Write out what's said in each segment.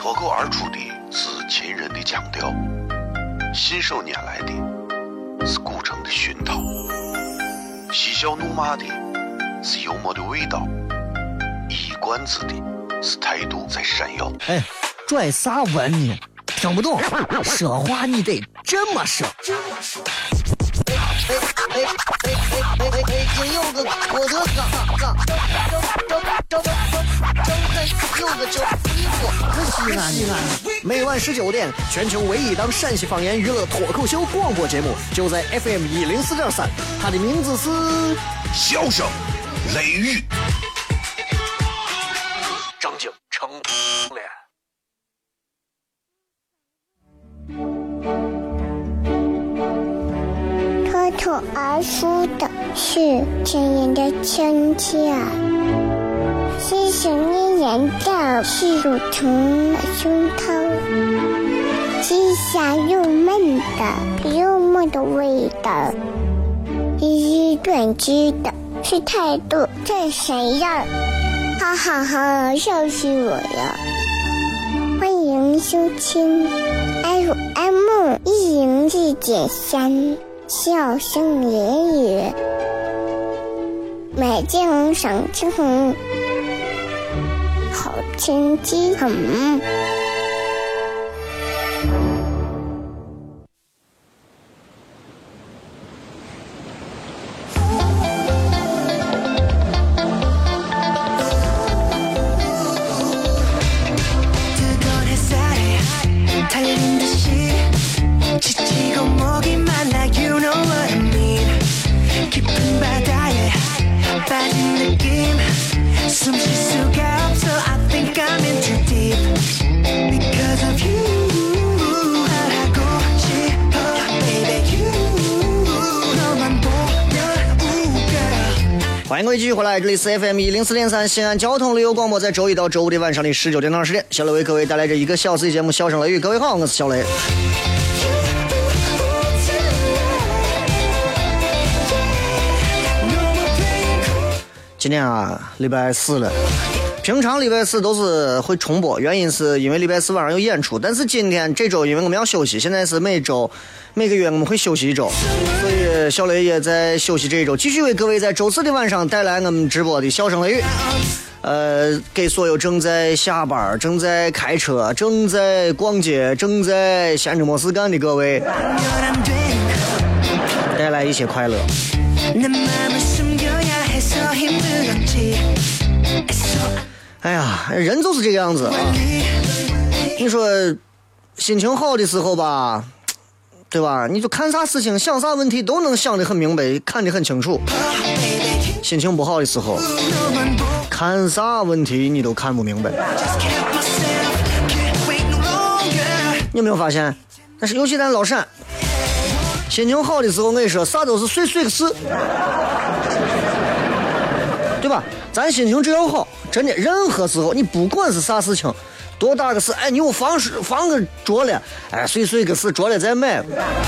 脱口而出的是秦人的腔调，信手拈来的是古城的熏陶，嬉笑怒骂的是幽默的味道，一冠子的是态度在闪耀。 哎，拽啥文呢？听不懂，说话你得这么说。金柚子，我的西安，每晚19点，全球唯一档陕西方言娱乐脱口秀广播节目，就在 FM104.3，它的名字是笑声雷雨。 张景成脸。 脱口而出的是亲人的亲切，是想念人的是乳虫的胸膛，是香又闷的幽默的味道，是短知的是态度这谁样，哈哈哈，笑死我了！欢迎收听 FM104.3。笑声言语，美景赏青红，好天气很。 欢迎各位继续回来，这里是 FM104.3 西安交通旅游广播，在周一到周五的晚上的19点到20点，小雷为各位带来这一个小时的节目《笑声雷雨》。各位好，我是小雷。今天啊，礼拜四了。平常礼拜四都是会重播，原因是因为礼拜四晚上有演出，但是今天这周因为我们要休息，现在是每个月我们会休息一周，所以小雷也在休息这一周，继续为各位在周四的晚上带来我们直播的笑声雷雨。给所有正在下班、正在开车、正在逛街、正在闲着没事干的各位，带来一些快乐。哎呀，人就是这个样子啊！你说心情好的时候吧，对吧？你就看啥事情、想啥问题都能想得很明白，看得很清楚。心情不好的时候，看啥问题你都看不明白。你有没有发现？但是尤其咱老陕，心情好的时候，我跟你说，啥都是碎个事，对吧？咱心情只要好，真的，任何时候你不管是啥事情，多大个事，哎，你有房个着了，哎，碎个事着了再买。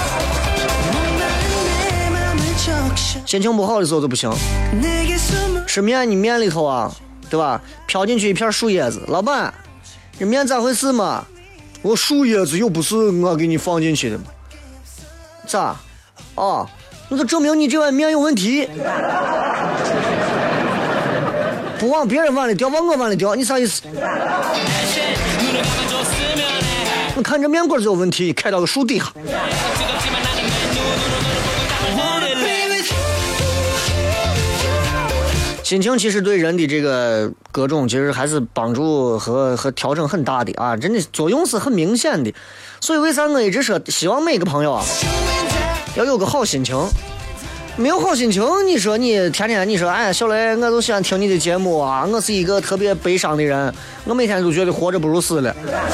心情不好的时候就不行。吃面，你面里头啊，对吧？飘进去一片树叶子，老板，这面咋回事嘛？我树叶子又不是我给你放进去的嘛？咋？哦，那就证明你这碗面有问题。不往别人碗里掉，往我碗里掉，你啥意思？你看这面棍就有问题，开到个树底下。心情其实对人的这个各种其实还是帮助和调整很大的啊，真的作用是很明显的。所以为啥我一直说希望每个朋友啊要有个好心情。没有好心情，你说你天天你说哎小雷，我都喜欢听你的节目啊，我是一个特别悲伤的人，我每天都觉得活着不如死了，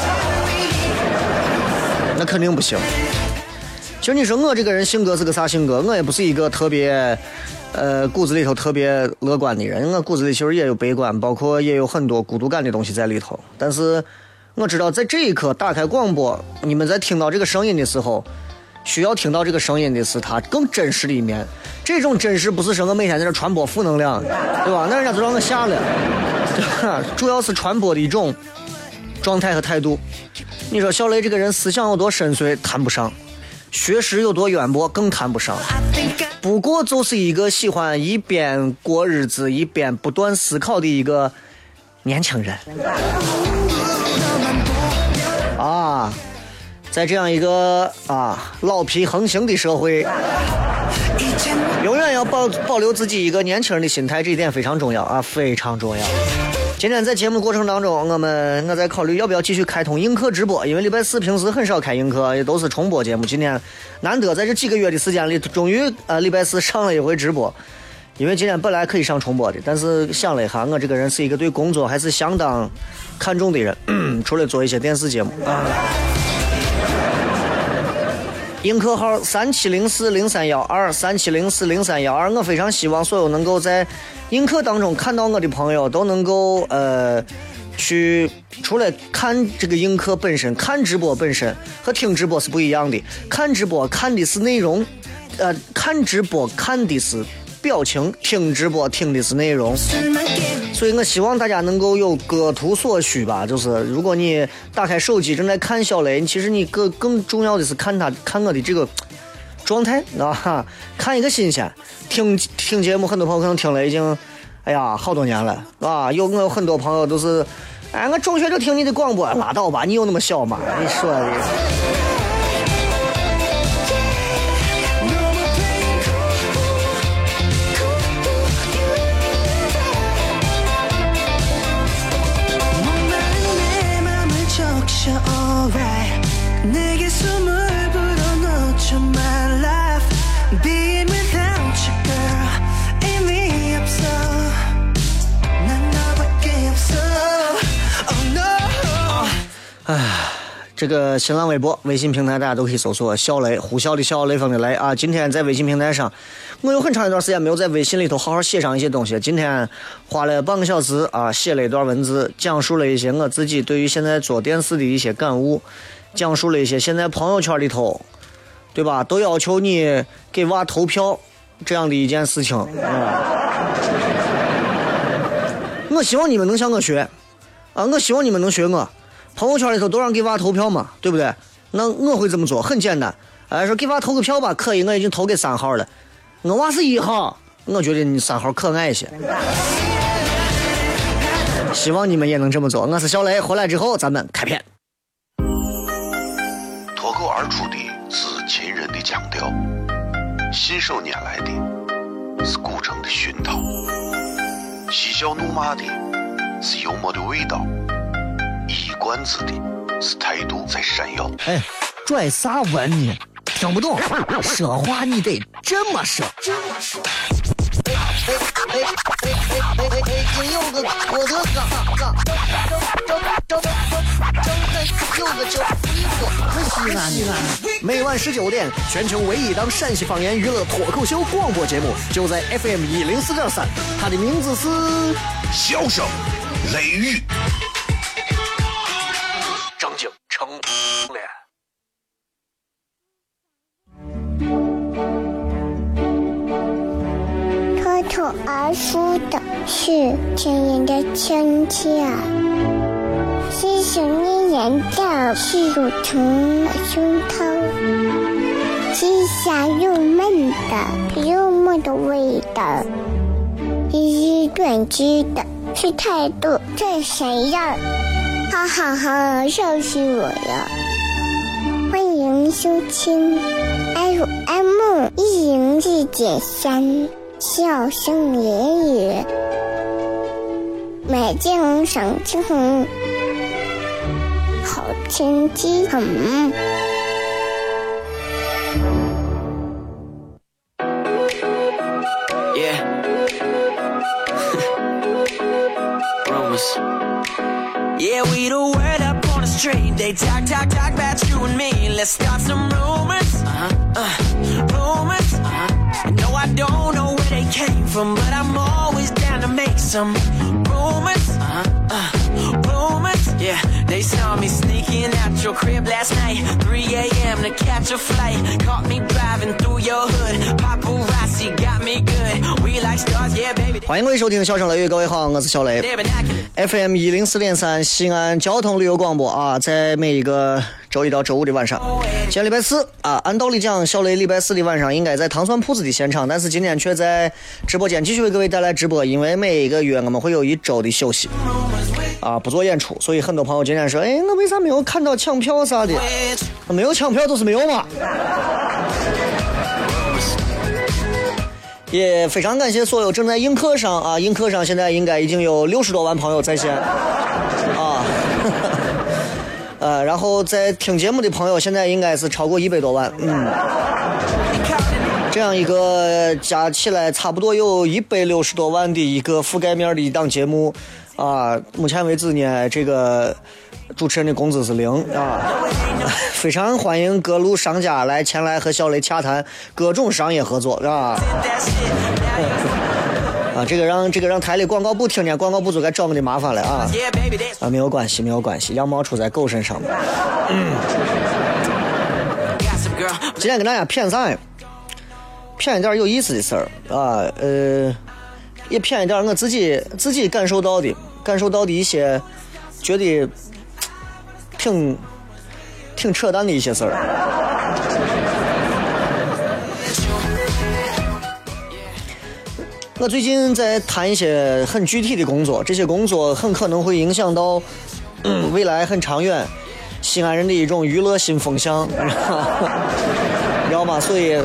那肯定不行。其实你说我这个人性格是个啥性格，我也不是一个特别骨子里头特别乐观的人，我骨子里其实也有悲观，包括也有很多孤独感的东西在里头。但是我知道在这一刻打开广播，你们在听到这个声音的时候，需要听到这个声音的是它更真实的一面。这种真实不是说我每天在这传播负能量，对吧？那人家就让我下了，对吧？主要是传播的一种状态和态度。你说小雷这个人思想有多深邃，谈不上；学识有多渊博，更谈不上。不过就是一个喜欢一边过日子一边不断思考的一个年轻人啊。在这样一个老皮横行的社会，永远要保留自己一个年轻人的心态，这一点非常重要啊，非常重要。今天在节目过程当中，我在考虑要不要继续开通映客直播，因为礼拜四平时很少开映客，也都是重播节目。今天难得在这几个月的时间里，终于礼拜四上了一回直播。因为今天本来可以上重播的，但是想了一下，我这个人是一个对工作还是相当看重的人，除了做一些电视节目映客号3704031237040312，我非常希望所有能够在映客当中看到我的朋友都能够去除了看这个映客本身，看直播本身和听直播是不一样的。看直播看的是内容，看直播看的是表情，听直播听的是内容。所以我希望大家能够有各图所需吧，就是如果你打开手机正在看小雷，其实你更重要的是看我的这个状态啊，看一个新鲜。听节目，很多朋友可能听了已经好多年了啊，我有很多朋友都是我中学就听你的广播，拉倒吧，你有那么小吗？你说的这个新浪微博、微信平台大家都可以搜索小雷，呼啸的笑，雷锋的雷啊！今天在微信平台上，我有很长一段时间没有在微信里头好好写上一些东西，今天花了半个小时写了一段文字，讲述了一些我自己对于现在做电视的一些感悟，讲述了一些现在朋友圈里头，对吧，都要求你给娃投票这样的一件事情我希望你们能向我学我希望你们能学我。朋友圈里头都让给娃投票嘛，对不对？那我会这么做，很简单。说给娃投个票吧，可以，我已经投给3号了，我娃是1号，我觉得你3号可爱一些。希望你们也能这么做。我是小雷，回来之后咱们开片。 脱口而出的是秦人的腔调，信手拈来的是古城的熏陶，嬉笑怒骂的是幽默的味道，一冠子的是态度在闪耀。 拽啥文呢？听不懂，说话你得这么说。 有个我的每晚19点，全球唯一档陕西方言娱乐脱口秀广播节目，就在 FM 104.3，它的名字是笑声雷雨。 张景成脸。 脱口而出的是亲人的亲切，是想念人的是乳虫的胸膛，是香又闷的幽默的味道，是短知的是态度这谁样，哈哈哈，笑死我了！欢迎收听 FM 104.3。笑声言语，美景赏清红，好天气很。 Yeah. Rumors. Yeah, we the word up on the street. They talk about you and me. Let's start some rumors. Rumors. No, I don't know where they came from, but I'm always down to make some rumors. Rumors. Yeah, they saw me sneaking out your crib last night, 3 a.m. to catch a flight. Caught me driving through your hood. Paparazzi got me good. We like stars, yeah, baby. 欢迎各位收听笑声雷雨，各位好，我是小雷。FM 104.3西安交通旅游广播啊，在每一个周一到周五的晚上，今天礼拜四啊，按道理讲，小雷礼拜四的晚上应该在糖蒜铺子的现场，但是今天却在直播间继续为各位带来直播，因为每一个月我们会有一周的休息啊，不做演出，所以很多朋友今天说，哎，我为啥没有看到抢票啥的？没有抢票就是没有嘛。也非常感谢所有正在映客上啊，映客上现在应该已经有60多万朋友在线啊，然后在听节目的朋友现在应该是超过100多万，这样一个加起来差不多有160多万的一个覆盖面的一档节目啊，目前为止呢，这个主持人的工资是0啊，非常欢迎各路商家前来和小雷洽谈各种商业合作，是吧？啊，这个让台里广告部听见，广告部就该找我的麻烦了啊！啊，没有关系，没有关系，羊毛出在狗身上。今天跟大家谝啥呀？谝一点有意思的事儿啊，也谝一点我自己感受到的一些觉得挺扯淡的一些事儿。我最近在谈一些很具体的工作，这些工作很可能会影响到未来很长远西安人的一种娱乐新风向，你知道吗？所以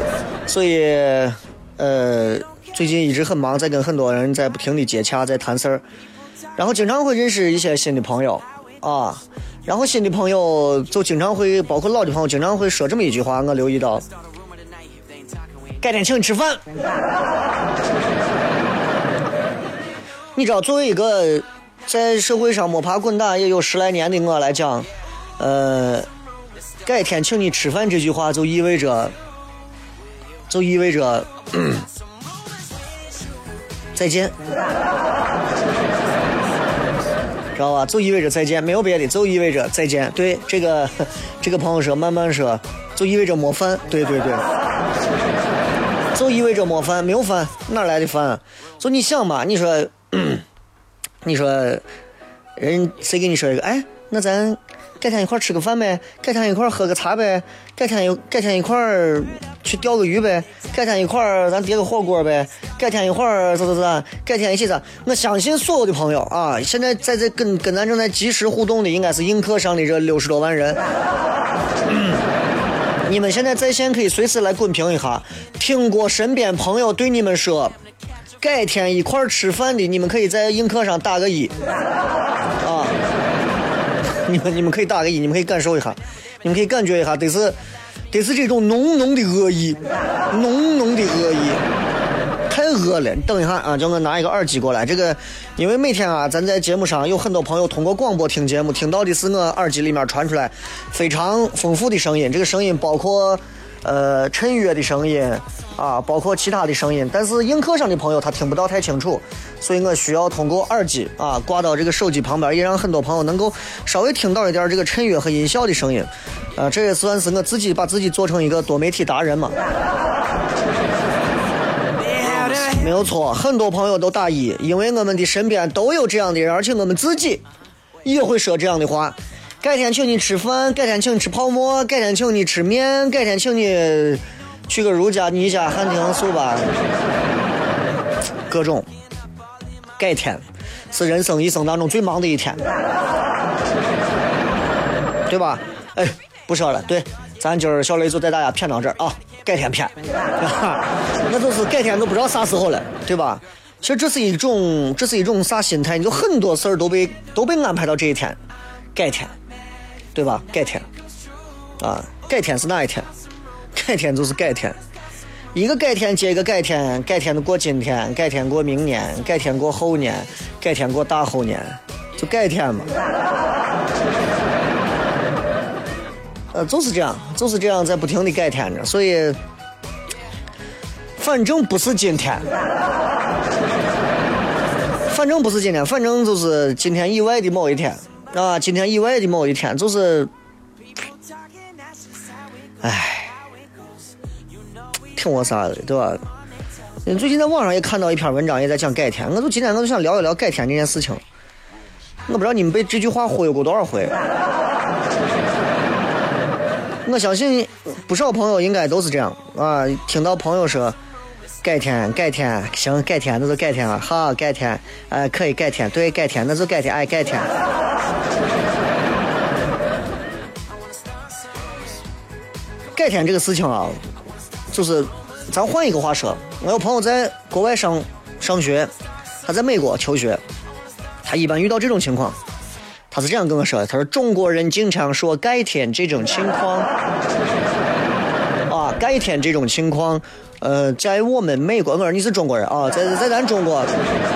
最近一直很忙，在跟很多人在不停的接洽，在谈事儿，然后经常会认识一些新的朋友啊，然后新的朋友就经常会，包括老的朋友经常会说这么一句话，我留意到，改天请你吃饭。你知道，作为一个在社会上摸爬滚打也有10来年的我来讲，改天请你吃饭这句话就意味着再见，知道吧？就意味着再见，没有别的，就意味着再见。对，这个朋友说，慢慢说，就意味着没饭。对，就意味着没饭，没有饭，哪来的饭？就你想嘛，你说人谁给你说一个，哎，那咱改天一块吃个饭呗，改天一块喝个茶呗，改天一块去钓个鱼呗，改天一块咱叠个火锅呗，改天一块改天一起咱。我相信所有的朋友啊，现在在这跟咱正在及时互动的应该是映客上的这60多万人。你们现在在线可以随时来滚屏一下，听过身边朋友对你们说改天一块吃饭的，你们可以在映客上打个1啊，你们可以打个1，你们可以感受一下，你们可以感觉一下，得是这种浓浓的恶意，太恶了。你等一下啊，叫我拿一个耳机过来。这个因为每天啊，咱在节目上有很多朋友通过广播听节目，听到的是我耳机里面传出来非常丰富的声音，这个声音包括衬乐的声音啊，包括其他的声音，但是映客上的朋友他听不到太清楚，所以我需要通过耳机啊挂到这个手机旁边，也让很多朋友能够稍微听到一点这个衬乐和音效的声音。这也算是我自己把自己做成一个多媒体达人嘛。没有错，很多朋友都打1，因为我们的身边都有这样的人，而且我们自己也会说这样的话。改天请你吃饭，改天请你吃泡馍，改天请你吃面，改天请你去个如家、你家、汉庭、素吧，各种。改天是人生一生当中最忙的一天，对吧？哎，不说了，对，咱今儿小雷就带大家谝到这儿啊，改天谝，那就是改天都不知道啥时候了，对吧？其实这是一种啥心态？你就很多事儿都被安排到这一天，改天。对吧？改天啊，改天是哪一天？改天就是改天，一个改天接一个改天，改天过今天，改天过明年，改天过后年，改天过大后年，就改天嘛。就是这样在不停的改天着，所以反正不是今天，反正就是今天以外的某一天。啊，今天以外的某一天，就是，挺我啥的，对吧？ 最近在网上也看到一篇文章，也在讲改天。今天我就想聊一聊改天这件事情。我不知道你们被这句话忽悠过多少回。我相信不少朋友应该都是这样啊，听到朋友说改天行，改天那就改天了，好改天，可以改天，对改天那就改天，改天。改天这个事情啊，就是咱换一个话说，我有朋友在国外上学，他在美国求学，他一般遇到这种情况，他是这样跟我说的，他说中国人经常说改天这种情况啊，改天这种情况，在我们美国，我说你是中国人啊，在咱中国，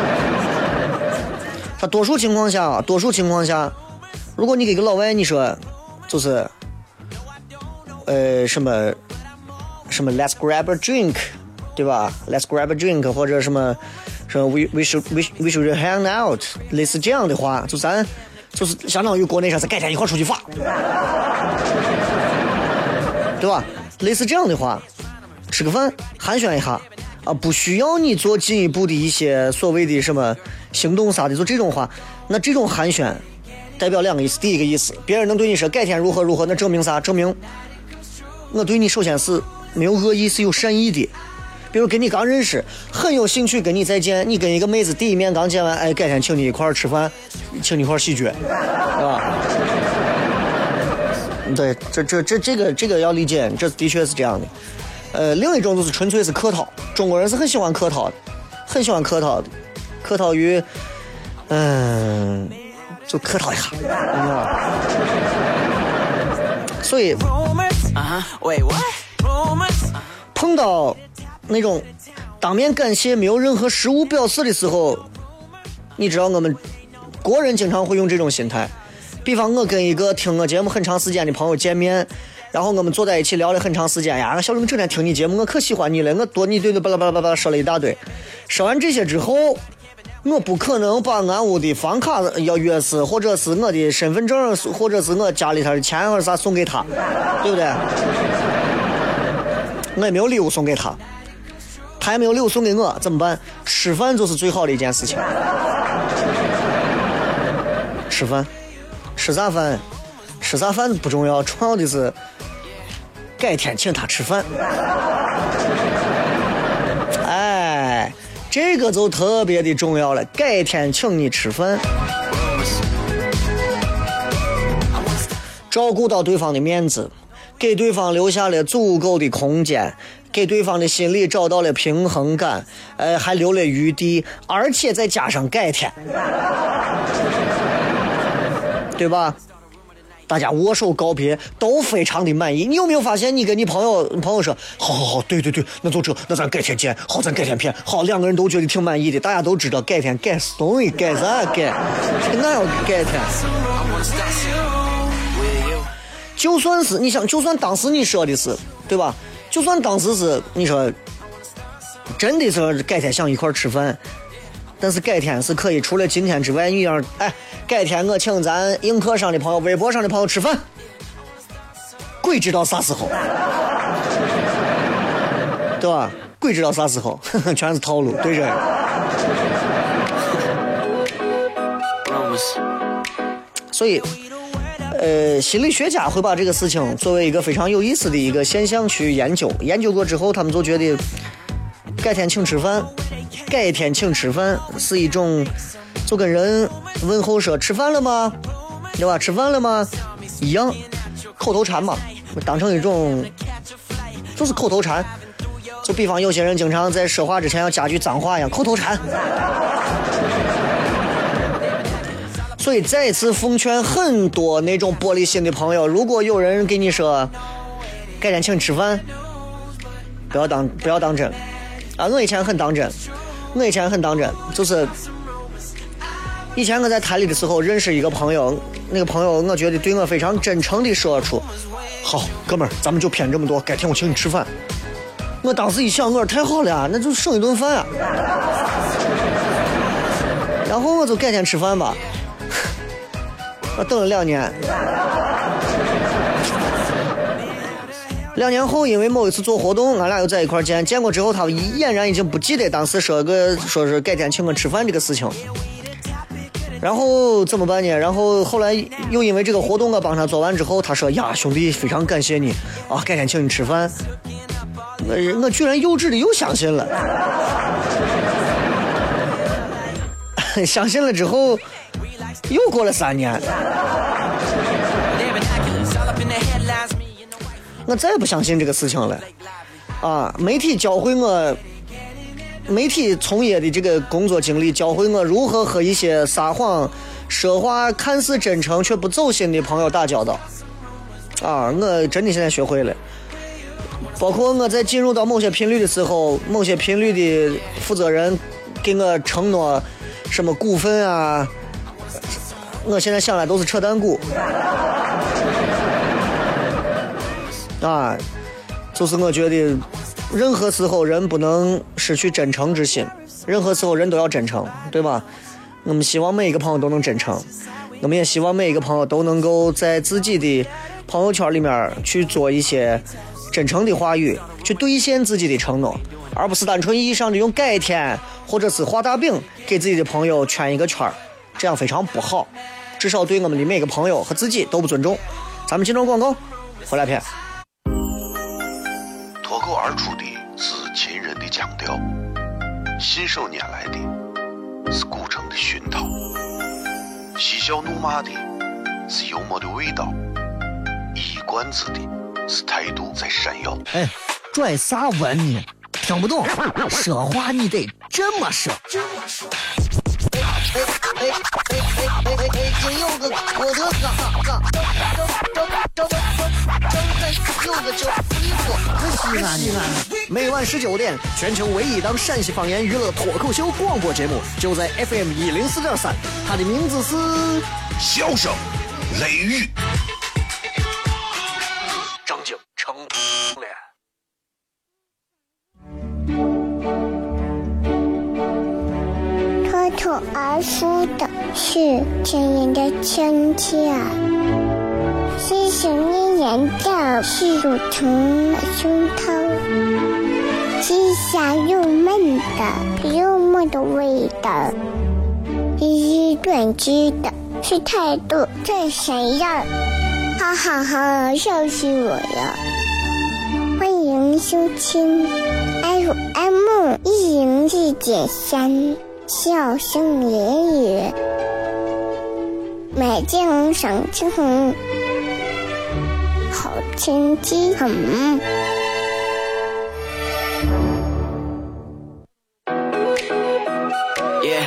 他多数情况下，如果你给个老外你说，就是什么 Let's grab a drink， 对吧 ？Let's grab a drink， 或者什么 we should hang out， 类似这样的话，就是相当于国内上是改天一块出去发，对吧？类似这样的话，吃个饭寒暄一下啊，不需要你做进一步的一些所谓的什么行动啥的，做这种话，那这种寒暄代表两个意思。第一个意思，别人能对你说改天如何如何，那证明啥？证明我对你首先是没有恶意，是有善意的。比如跟你刚认识，很有兴趣跟你再见，你跟一个妹子第一面刚见完，改天请你一块儿吃饭，请你一块儿洗脚，对吧？对，这个要理解，这的确是这样的。另一种就是纯粹是客套，中国人是很喜欢客套的，客套于，就客套一下，所以碰到那种当面感谢没有任何实物表示的时候，你知道我们国人经常会用这种心态。比方我跟一个听我节目很长时间的朋友见面，然后我们坐在一起聊了很长时间呀，小刘整天听你节目，我可喜欢你了，我多你对巴拉巴拉巴拉说了一大堆。说完这些之后，我不可能把俺屋的房卡要钥匙，或者是我的身份证，或者是我家里头的钱或者啥送给他，对不对？我也没有礼物送给他，他也没有礼物送给我，怎么办？吃饭就是最好的一件事情。吃饭，吃啥饭？吃啥饭不重要，重要的是改天请他吃饭。哎，这个就特别的重要了，改天请你吃饭，照顾到对方的面子，给对方留下了足够的空间，给对方的心里找到了平衡感，还留了余地，而且再加上改天，对吧？大家握手告别都非常的满意。你有没有发现，你跟你朋友说好，对，那就这，那咱改天见，好，咱改天片，好，两个人都觉得挺满意的，大家都知道改天改怂改啥改，那要改天。就算是你想，就算当时你说的是，对吧？就算当时是你说真的是改天想一块吃饭，但是改天是可以除了今天之外，你让改天我请咱映客上的朋友、微博上的朋友吃饭，鬼知道啥时候，对吧？鬼知道啥时候，全是套路，对着。所以。心理学家会把这个事情作为一个非常有意思的一个现象去研究，研究过之后，他们就觉得改天请吃饭是一种就跟人问候说吃饭了吗，对吧？吃饭了吗一样，口头禅嘛，当成一种就是口头禅。就比方有些人经常在说话之前要加句脏话一样，口头禅。所以再次奉劝很多那种玻璃心的朋友，如果有人给你说改天请吃饭，不要当真啊！我以前很当真，就是以前我在台里的时候认识一个朋友，那个朋友我觉得对我非常真诚地说出，好哥们儿，咱们就骗这么多，改天我请你吃饭。我当时一想，我说太好了，那就省一顿饭啊。然后我就改天吃饭吧。我等了2年， 2年后，因为某一次做活动，俺俩又在一块见过之后，他俨然已经不记得当时说是改天请我吃饭这个事情。然后怎么办呢？然后后来又因为这个活动我帮他做完之后，他说呀，兄弟，非常感谢你啊，改天请你吃饭。我居然幼稚的又相信了。相信了之后，又过了3年。我再也不相信这个事情了啊！媒体教会我，媒体从业的这个工作经历教会我如何和一些撒谎、说话看似真诚却不走心的朋友打交道啊！我真的现在学会了。包括我在进入到某些频率的时候，某些频率的负责人给我承诺什么股份啊，我现在想来都是扯淡股。啊，就是我觉得任何时候人不能失去真诚之心，任何时候人都要真诚，对吧？我们希望每一个朋友都能真诚，我们也希望每一个朋友都能够在自己的朋友圈里面去做一些真诚的话语，去兑现自己的承诺，而不是单纯意义上的用改天或者是画大饼给自己的朋友圈一个圈，这样非常不好，至少对我们的每个朋友和自己都不尊重。咱们进入广告，回来片。 脱口而出的是秦人的腔调，信手拈来的是古城的熏陶，嬉笑怒骂的是幽默的味道，一冠子的是态度在闪耀。 哎，拽啥文呢？听不懂，说话你得这么说。 北京有个郭德纲，有个叫西安。每晚19点，全球唯一档陕西方言娱乐脱口秀广播节目，就在 FM 104.3，它的名字是笑声雷雨。 张景成脸。 脱口而出的是亲人的亲切，是想念人的是乳虫的胸膛，是香又闷的幽默的味道，是短知的是态度最闪耀，哈哈哈，笑死我了！欢迎收听 FM 104.3。笑声言语，美景赏青红，好天气很。 Yeah.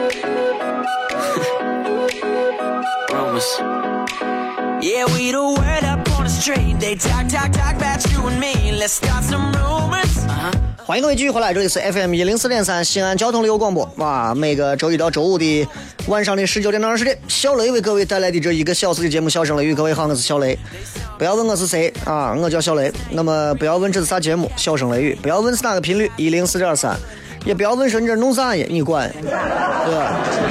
Rumors. Yeah, we the word up on the street. They talk about you and me. Let's start some rumors. 欢迎各位继续回来，这里是 FM 104.3西安交通旅游广播。哇，每个周一到周五的晚上的19点到20点，小雷为各位带来的这1个小时的节目《笑声雷雨》。各位好，我是小雷。不要问我是谁啊，我叫小雷。那么不要问这是啥节目，《笑声雷雨》。不要问是哪个频率，104.3。也不要问说你这弄啥呀，你管，对吧？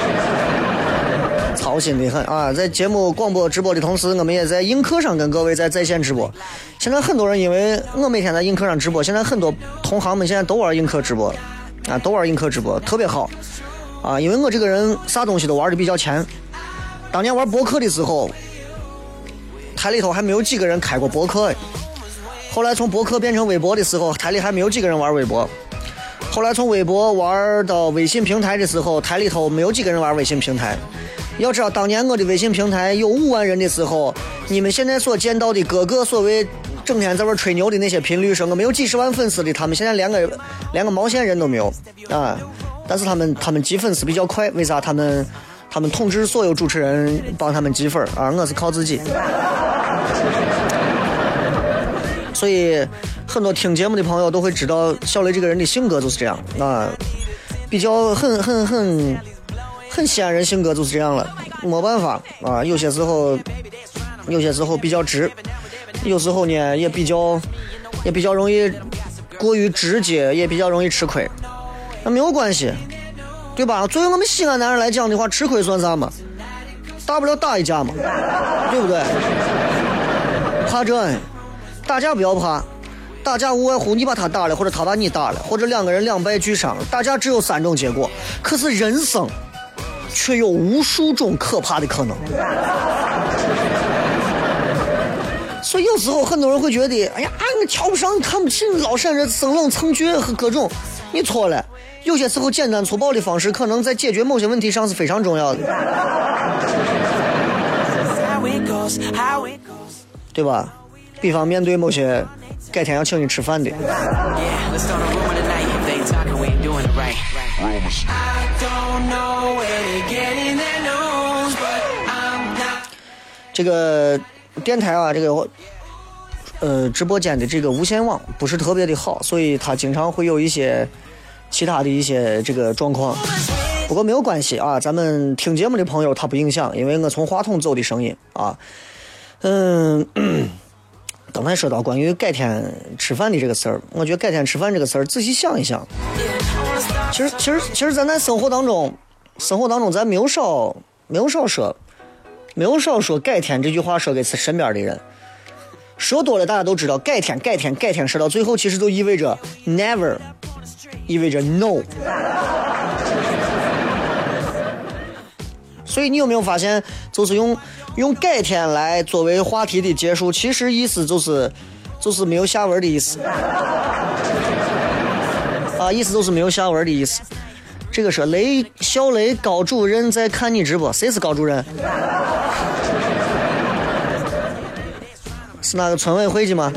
操心的很啊！在节目广播直播的同时，我们也在映客上跟各位在线直播。现在很多人因为我每天在映客上直播，现在很多同行们现在都玩映客直播啊，都玩映客直播，特别好啊！因为我这个人啥东西都玩的比较前。当年玩博客的时候，台里头还没有几个人开过博客，后来从博客变成微博的时候，台里还没有几个人玩微博。后来从微博玩到微信平台的时候，台里头没有几个人玩微信平台。要知道当年我的微信平台有5万人的时候，你们现在所见到的各个所谓整天在这吹牛的那些频率说我们有几十万粉丝的，他们现在连个毛线人都没有啊！但是他们积粉丝比较快，为啥？他们统治所有主持人帮他们积分啊！我是靠自己。所以很多听节目的朋友都会知道小雷这个人的性格就是这样啊，比较很西安人性格就是这样了，没办法啊。有些时候比较直，有时候呢也比较容易过于直接，也比较容易吃亏。那没有关系，对吧？作为我们西安男人来讲的话，吃亏算啥嘛？大不了打一架嘛，对不对？怕这打架不要怕，打架无外乎你把他打了，或者他把你打了，或者两个人两败俱伤，打架只有3种结果。可是人生却有无数种可怕的可能。所以有时候很多人会觉得，哎呀，我瞧不上、看不起老陕人生冷蹭倔和各种，你错了。有些时候简单粗暴的方式，可能在解决某些问题上是非常重要的，对吧？比方面对某些改天要请你吃饭的，这个电台啊，这个直播间的这个无线网不是特别的好，所以它经常会有一些其他的一些这个状况。不过没有关系啊，咱们听节目的朋友他不影响，因为我从话筒走的声音啊。刚才说到关于改天吃饭的这个事儿，我觉得改天吃饭这个事儿仔细想一想，其实咱在生活当中咱没有少说改天这句话说给身边的人，说多了大家都知道，改天说到最后其实都意味着 never， 意味着 no。 所以你有没有发现，就是用改天来作为话题的结束，其实意思就是没有下文的意思啊，意思就是没有下文的意思。这个是小雷高主任在看你直播，谁是高主任？是那个村委会的吗？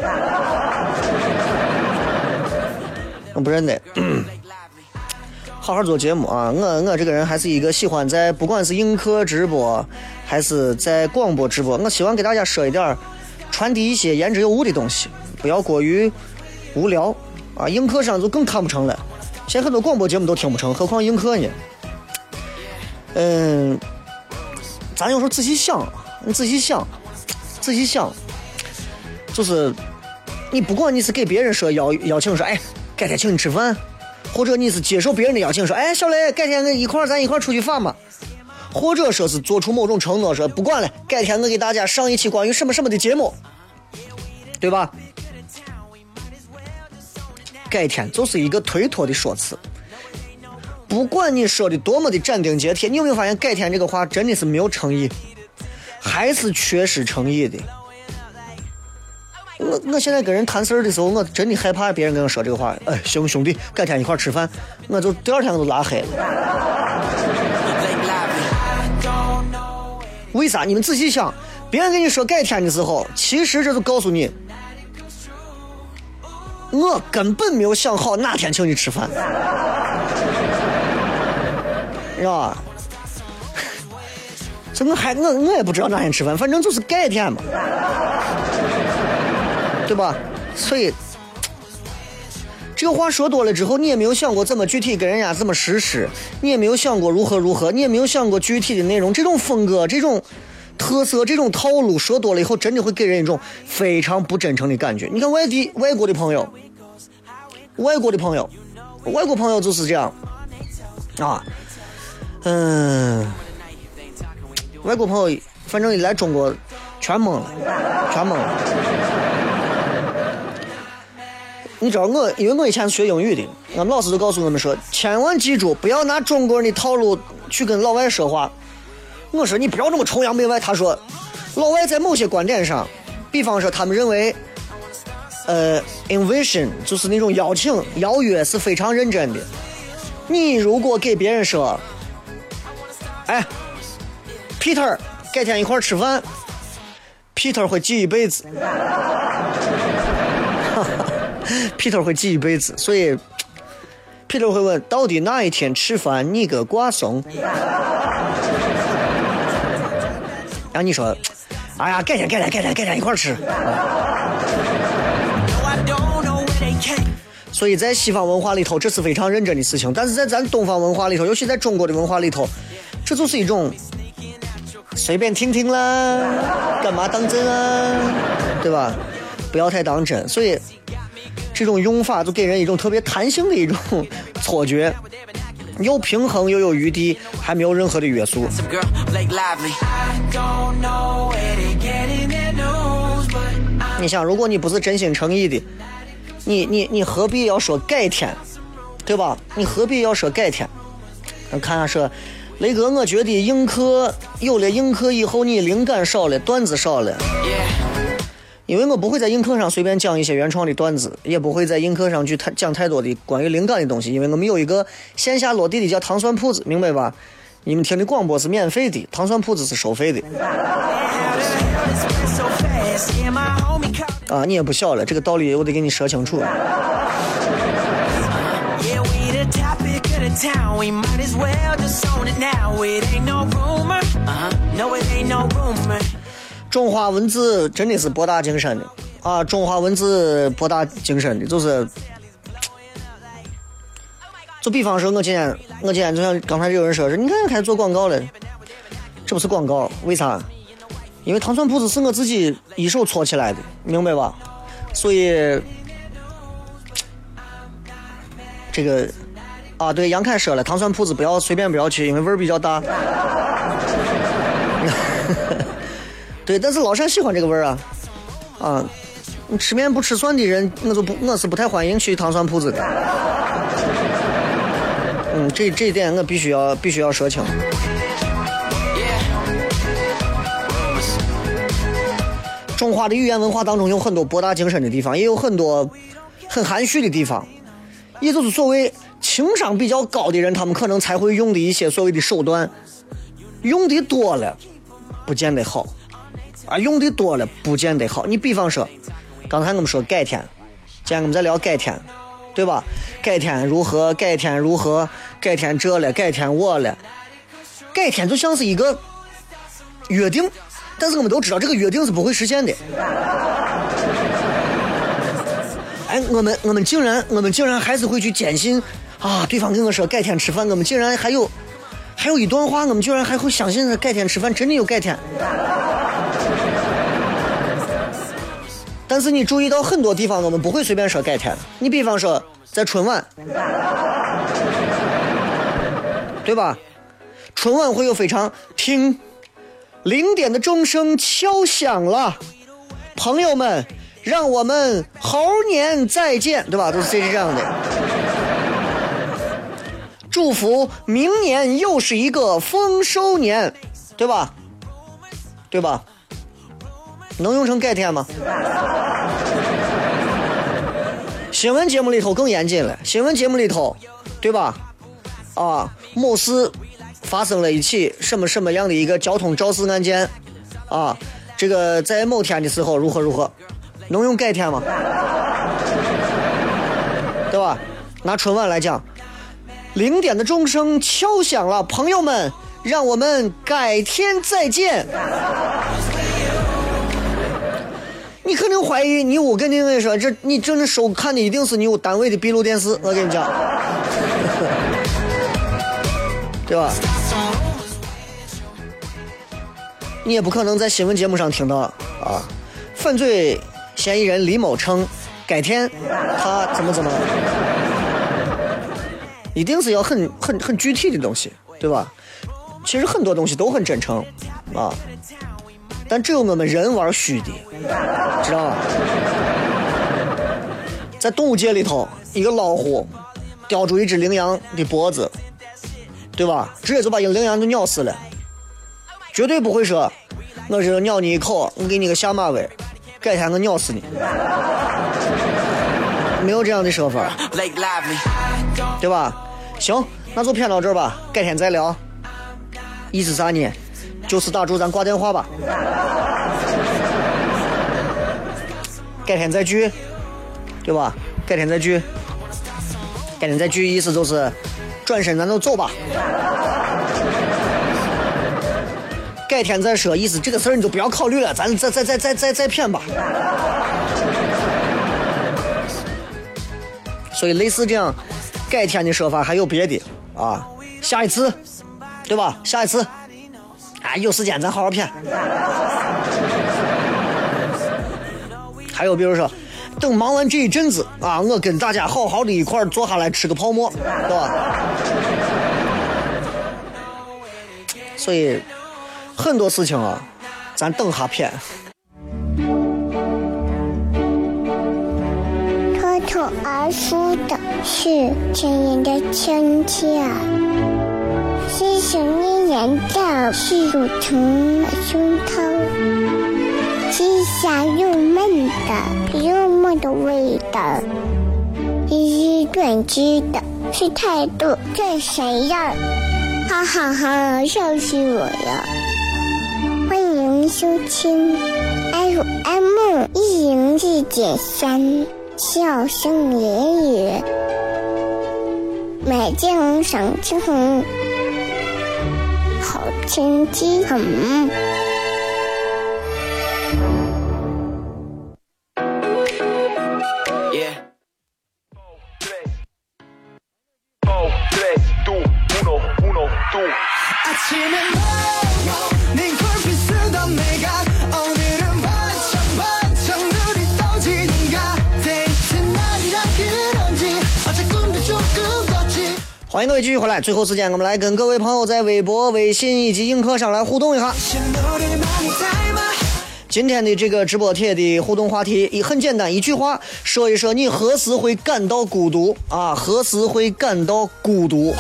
我不认得。好好做节目啊！我这个人还是一个喜欢在不管是映客直播还是在广播直播，我希望给大家说一点，传递一些言之有物的东西，不要过于无聊啊！映客上就更看不成了，现在很多广播节目都听不成，何况映客呢？咱有时候仔细想，就是你不管你是给别人说邀请说，哎，改天请你吃饭。或者你是接受别人的邀请说，哎，小雷，改天咱一块出去发嘛？或者说是做出某种承诺说，不管了，改天我给大家上一期关于什么什么的节目，对吧？改天就是一个推脱的说辞，不管你说的多么的斩钉截铁，你有没有发现改天这个话真的是没有诚意，还是缺失诚意的？我现在跟人谈事儿的时候，我真的害怕别人跟我说这个话。哎，行兄弟，改天一块吃饭，我就第二天我就拉黑了。为啥？你们仔细想，别人跟你说改天的时候，其实这就告诉你，我根本没有想好哪天请你吃饭，是吧？这我也不知道哪天吃饭，反正就是改天嘛。对吧？所以这个话说多了之后，你也没有想过怎么具体跟人家怎么实施，你也没有想过如何，你也没有想过具体的内容。这种风格、这种特色、这种套路说多了以后，真的会给人一种非常不真诚的感觉。你看外国的朋友就是这样啊，外国朋友反正一来中国全懵了。你知道因为我以前是学英语的，我们老师都告诉我们说，千万记住不要拿中国人的套路去跟老外说话。我说你不要这么崇洋媚外。他说老外在某些观点上，比方说他们认为invitation 就是那种邀约是非常认真的。你如果给别人说，哎 Peter 改天一块吃饭， Peter 会记一辈子Peter 会记一辈子，所以 Peter 会问，到底哪一天吃饭你个瓜怂？然后你说，哎呀，改天一块吃。所以在西方文化里头，这是非常认真的事情，但是在咱东方文化里头，尤其在中国的文化里头，这就是一种随便听听啦，干嘛当真啊，对吧？不要太当真。所以这种用法就给人一种特别弹性的一种错觉，又平衡又有余地，还没有任何的约束。 你想，如果你不是真心诚意的，你何必要说改天，对吧？你何必要说改天？看下说，雷哥，我觉得映客有了映客以后，你灵感少了，段子少了。因为我不会在映客上随便讲一些原创的段子，也不会在映客上去讲太多的关于灵感的东西，因为我们有一个线下落地的叫糖酸铺子，明白吧？你们听的广播是免费的，糖酸铺子是收费的。啊，你也不晓了，这个道理我得给你说清楚。中华文字真的是博大精深的啊！中华文字博大精深的，就比方说，我今天就像刚才有人说是，你看开始做广告了，这不是广告，为啥？因为糖蒜铺子是我自己一手搓起来的，明白吧？所以这个啊，对，杨凯说了，糖蒜铺子随便不要去，因为味儿比较大。对，但是老陕喜欢这个味儿啊，你吃面不吃蒜的人，我是不太欢迎去糖蒜铺子的。这一点我必须要说清。中华的语言文化当中有很多博大精深的地方，也有很多很含蓄的地方，也就是所谓情商比较高的人，他们可能才会用的一些所谓的手段，用的多了不见得好啊，用的多了不见得好。你比方说，刚才我们说改天，今天我们在聊改天，对吧？改天如何？改天如何？改天这了，改天我了。改天就像是一个约定，但是我们都知道这个约定是不会实现的。哎，我们竟然还是会去坚信啊！对方跟我说改天吃饭，我们竟然还有一段话，我们居然还会相信改天吃饭真的有改天。但是你注意到很多地方我们不会随便说改天，你比方说在春晚，对吧？春晚会有非常听0点的钟声敲响了，朋友们让我们猴年再见，对吧？都是这样的。祝福明年又是一个丰收年，对吧？对吧？能用成改天吗？新闻节目里头更严谨了，新闻节目里头，对吧？啊，某市发生了一起什么样的一个交通肇事案件啊，这个在某天的时候如何，能用改天吗？对吧？拿春晚来讲，0点的钟声敲响了，朋友们让我们改天再见。你可能怀疑我跟你说，你真的收看的一定是你有单位的闭路电视，我跟你讲。对吧？你也不可能在新闻节目上听到啊，犯罪嫌疑人李某称改天他怎么，一定是要很具体的东西，对吧？其实很多东西都很真诚啊，但只有我们人玩虚的，知道吧？在动物界里头，一个老虎叼住一只羚羊的脖子，对吧？直接就把一个羚羊就咬死了，绝对不会说我这咬你一口，我给你个下马威，改天我咬死你，没有这样的说法，对吧？行，那就骗到这儿吧，改天再聊。意思啥呢？就是打住，咱挂电话吧，改天再聚，对吧？改天再聚，意思就是转身咱就走吧。改天再说，意思这个事儿你就不要考虑了，咱再骗吧。所以类似这样改天的说法还有别的啊，下一次，对吧？下一次，啊，有时间咱好好骗。还有比如说，等忙完这一阵子啊，我跟大家好好的一块坐下来吃个泡沫，对吧？所以很多事情啊，咱等下骗。 而输的是亲人的亲切，是想念人的是乳虫胸膛，是香又闷的幽默的味道，是短知的是态度这谁呀？哈哈哈，笑死我了！欢迎收听 FM 104.3笑声言语，美景赏青红，好天气很。 欢迎各位继续回来，最后时间我们来跟各位朋友在微博、微信以及映客上来互动一下。今天的这个直播贴的互动话题很简单，一句话，说一说你何时会感到孤独啊？何时会感到孤独？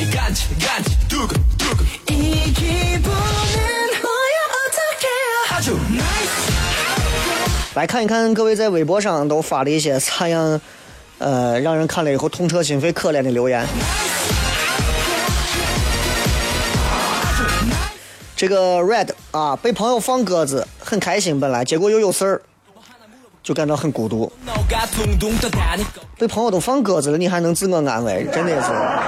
来看一看各位在微博上都发了一些啥样让人看了以后痛彻心扉可怜的留言。这个 Red 啊，被朋友放鸽子很开心，本来结果又有事儿，就感到很孤独。被朋友都放鸽子了，你还能自我安慰，真的是。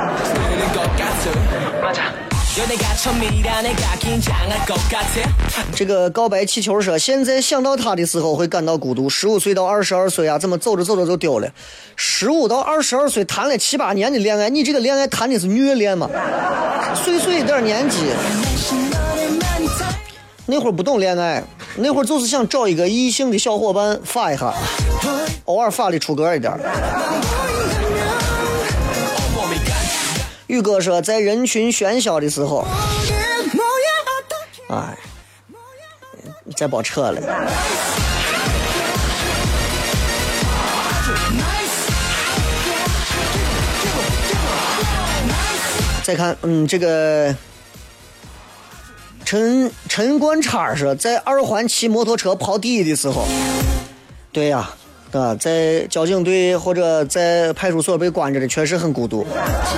这个告白气球说，现在想到他的时候会感到孤独。15岁到22岁啊，怎么走着走着就丢了？15到22岁谈了7、8年的恋爱，你这个恋爱谈的是虐恋吗？碎一点年纪，那会儿不懂恋爱，那会儿就是想找一个异性的小伙伴发一下，偶尔发的出格一点。宇哥说，在人群喧嚣的时候，哎，再别扯了。再看，这个陈冠叉说，在2环骑摩托车跑第一的时候，对呀。在交警队或者在派出所被关着的确实很孤独。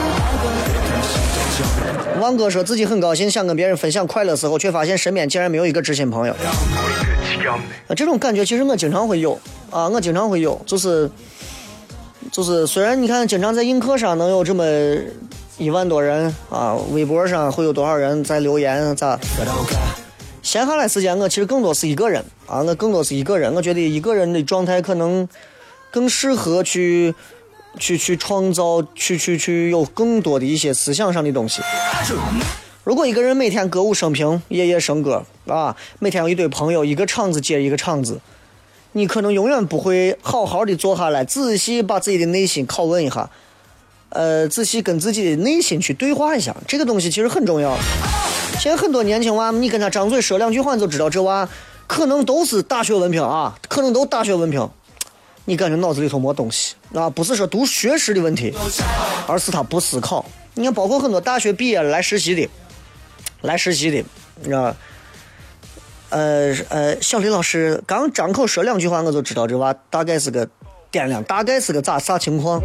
王哥说自己很高兴，想跟别人分享快乐时候，却发现身边竟然没有一个知心朋友。这种感觉其实我经常会有啊，我经常会有，就是虽然你看经常在映客上能有这么1万多人啊，微博上会有多少人在留言咋？闲下来时间我其实更多是一个人啊，我更多是一个人，我觉得一个人的状态可能更适合去创造，去有更多的一些思想上的东西。如果一个人每天歌舞升平，夜夜笙歌啊，每天有一堆朋友，一个场子接一个场子，你可能永远不会好好的坐下来仔细把自己的内心拷问一下，仔细跟自己的内心去对话一下，这个东西其实很重要。现在很多年轻娃，你跟他张嘴说2句话你就知道这娃可能都是大学文凭啊，可能都大学文凭，你感觉脑子里头没东西啊，不是说读学识的问题，而是他不思考。你看包括很多大学毕业了来实习的，你知道小李老师刚张口说2句话我就知道这娃大概是个掂量，大概是个啥情况。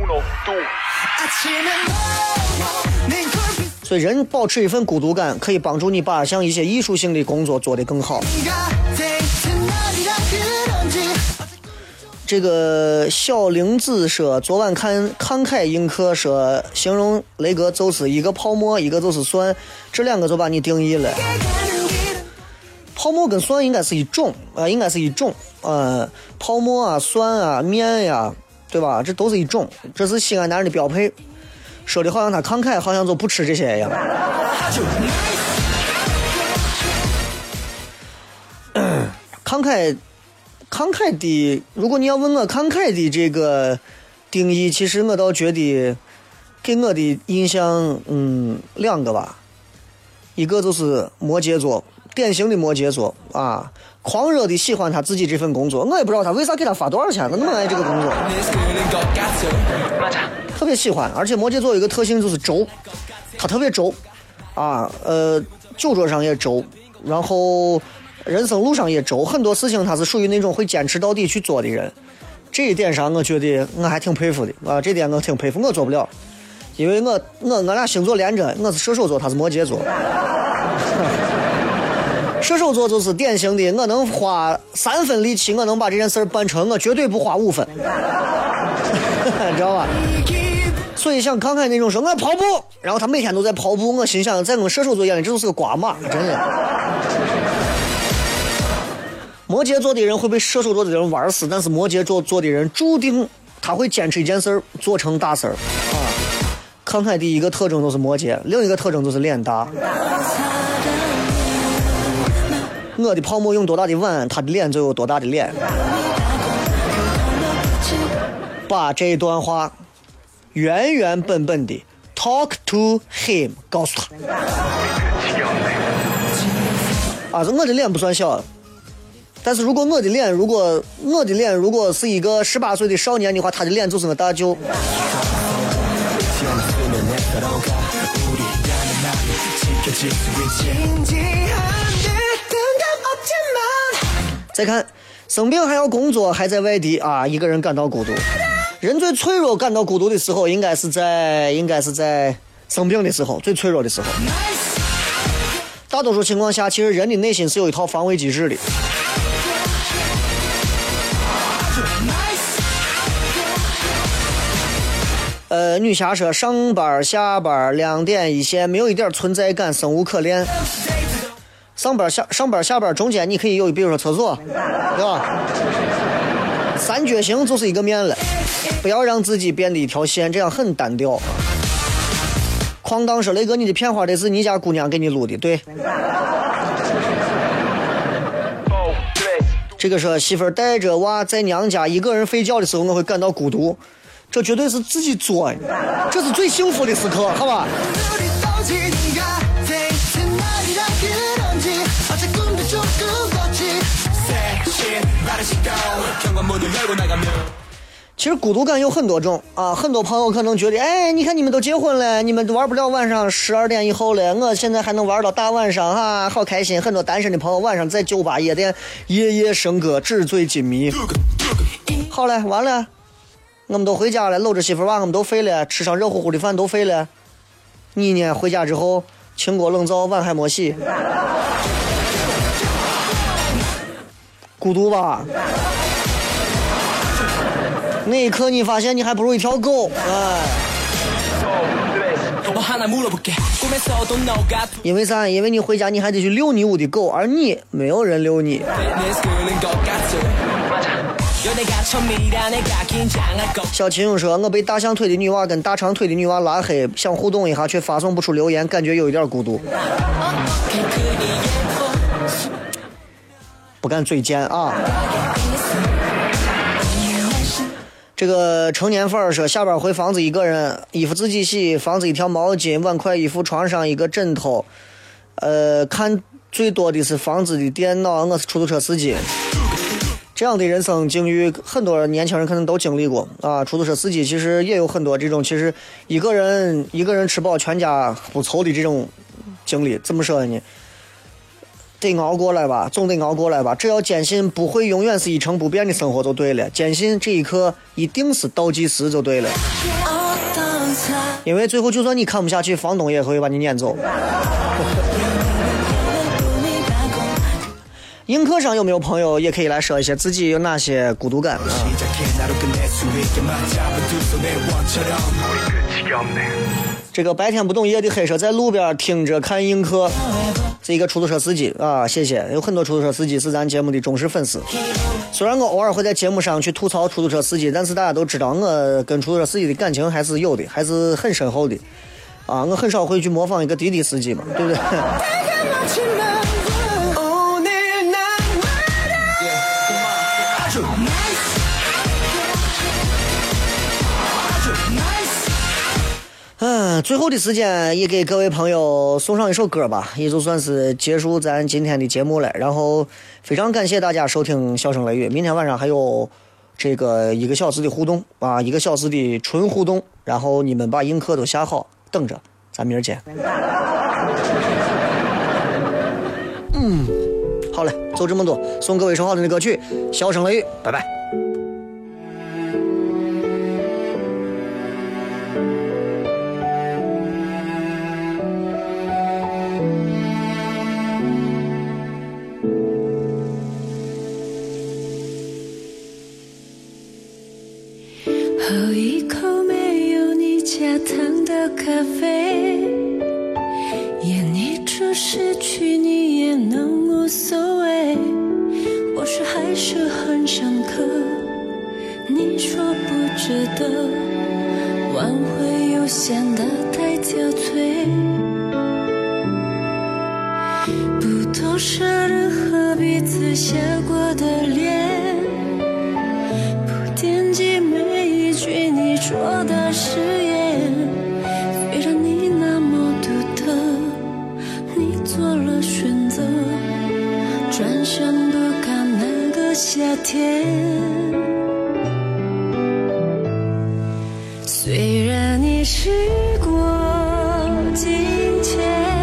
所以人保持一份孤独感，可以帮助你把像一些艺术性的工作做得更好。这个小玲子说，昨晚看慷慨映客说，形容雷哥就是一个泡沫，一个就是蒜，这2个就把你定义了。泡沫跟蒜应该是一种泡沫啊、蒜啊、面呀，对吧？这都是一种，这是西安男人的标配。说的好像他慷慨，好像就不吃这些一样。慷慨的，如果你要问我慷慨的这个定义，其实我倒觉得给我的印象，2个吧。一个就是摩羯座， 典型的摩羯座啊，狂热的喜欢他自己这份工作，我也不知道他为啥给他发多少钱，他那么爱这个工作，特别喜欢。而且摩羯座有一个特性就是轴，他特别轴啊，酒桌上也轴，然后人生路上也轴，很多事情他是属于那种会坚持到底去做的人。这一点上我觉得我还挺佩服的啊，这点我挺佩服，我做不了，因为我俩星座连着，我是射手座，他是摩羯座。射手座就是典型的，我能花3分力气，我能把这件事办成，我绝对不花5分，你知道吧？所以像康凯那种说我跑步，然后他每天都在跑步，我心想在我射手座眼里这就是个瓜马，真的。摩羯座的人会被射手座的人玩死，但是摩羯座的人注定他会坚持一件事做成大事啊。康凯第一个特征都是摩羯，另一个特征就是脸大。我的泡沫用多大的碗，他的脸就有多大的脸。把这段话原原本本的 talk to him 告诉他。啊，我的脸不算小。但是如果我的脸如果是一个18岁的少年的话，他的脸就是个大舅。再看生病还要工作，还在外地啊，一个人感到孤独。人最脆弱感到孤独的时候，应该是在生病的时候，最脆弱的时候。大多数情况下，其实人的内心是有一套防卫机制的。女侠说上班下班2点1线，没有一点存在感，生无可恋。上班下班中间你可以有，比如说厕所，对吧？3角形就是一个面了，不要让自己变得一条线，这样很单调。哐当说雷哥，你的片花得是你家姑娘给你录的，对。这个说媳妇带着娃在娘家一个人睡觉的时候，我会感到孤独。这绝对是自己做的，这是最幸福的时刻，好吧？其实孤独感有很多种啊，很多朋友可能觉得，哎，你看你们都结婚了，你们都玩不了晚上12点以后了，我现在还能玩到大晚上哈，好开心。很多单身的朋友晚上在酒吧夜店夜夜笙歌，纸醉金迷。好了，完了。我们都回家了，搂着媳妇娃，我们都废了，吃上热乎乎的饭都废了。你呢？回家之后，清锅冷灶，碗还没洗，孤独吧？那一刻你发现你还不如一条狗，哎。因为啥？因为你回家你还得去遛你屋的狗，而你没有人遛你。小秦勇说，我被大象腿的女娃跟大长腿的女娃拉黑，想互动一下却发送不出留言，感觉有一点孤独，不敢嘴贱啊。这个成年范儿说，下班回房子一个人，衣服自己洗，房子一条毛巾，碗筷衣服，床上一个枕头，看最多的是房子的电脑。我是出租车司机，这样的人生境遇很多年轻人可能都经历过啊。出租车司机其实也有很多这种，其实一个人吃饱全家不愁的这种经历。怎么说呢？得熬过来吧，总得熬过来吧。只要坚信不会永远是一成不变的生活就对了，坚信这一刻一定是倒计时就对了。因为最后就算你看不下去，房东也会把你撵走。映客上有没有朋友也可以来说一些自己有哪些孤独感啊？这个白天不懂夜的黑说，在路边听着看映客，是一个出租车司机啊，谢谢。有很多出租车司机是咱节目的忠实粉丝。虽然我偶尔会在节目上去吐槽出租车司机，但是大家都知道我跟出租车司机的感情还是有的，还是很深厚的啊。我很少会去模仿一个滴滴司机嘛，对不对？ 最后的时间也给各位朋友送上一首歌吧，也就算是结束咱今天的节目了。然后非常感谢大家收听笑声雷雨，明天晚上还有这个1个小时的互动啊，1个小时的纯互动，然后你们把映客都下好，等着，咱明儿见。好嘞，就这么多，送各位一首好听的歌曲，笑声雷雨，拜拜。 喝一口没有你加糖的咖啡，眼一直失去你也能无所谓，或许还是很深刻，你说不值得，挽回又显得太憔悴，不都是任何彼此写过的脸，不惦记每一句你说的誓言，虽然你那么独特，你做了选择，转身不看那个夏天，虽然你时过境迁，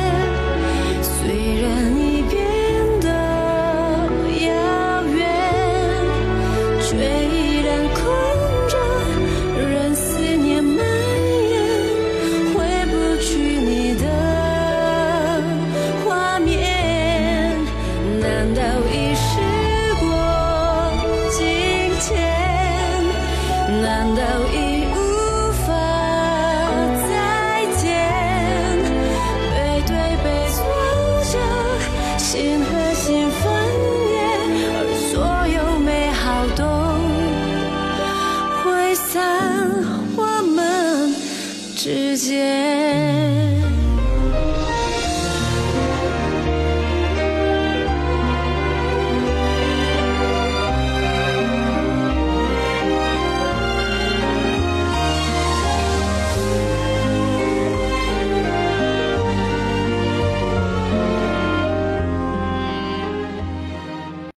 虽然你变得遥远，却依然空着，任思念蔓延，回不去你的画面，难道已时过境迁，难道已无法再见，背对背坐着，心和心分裂，而所有美好都会散我们之间。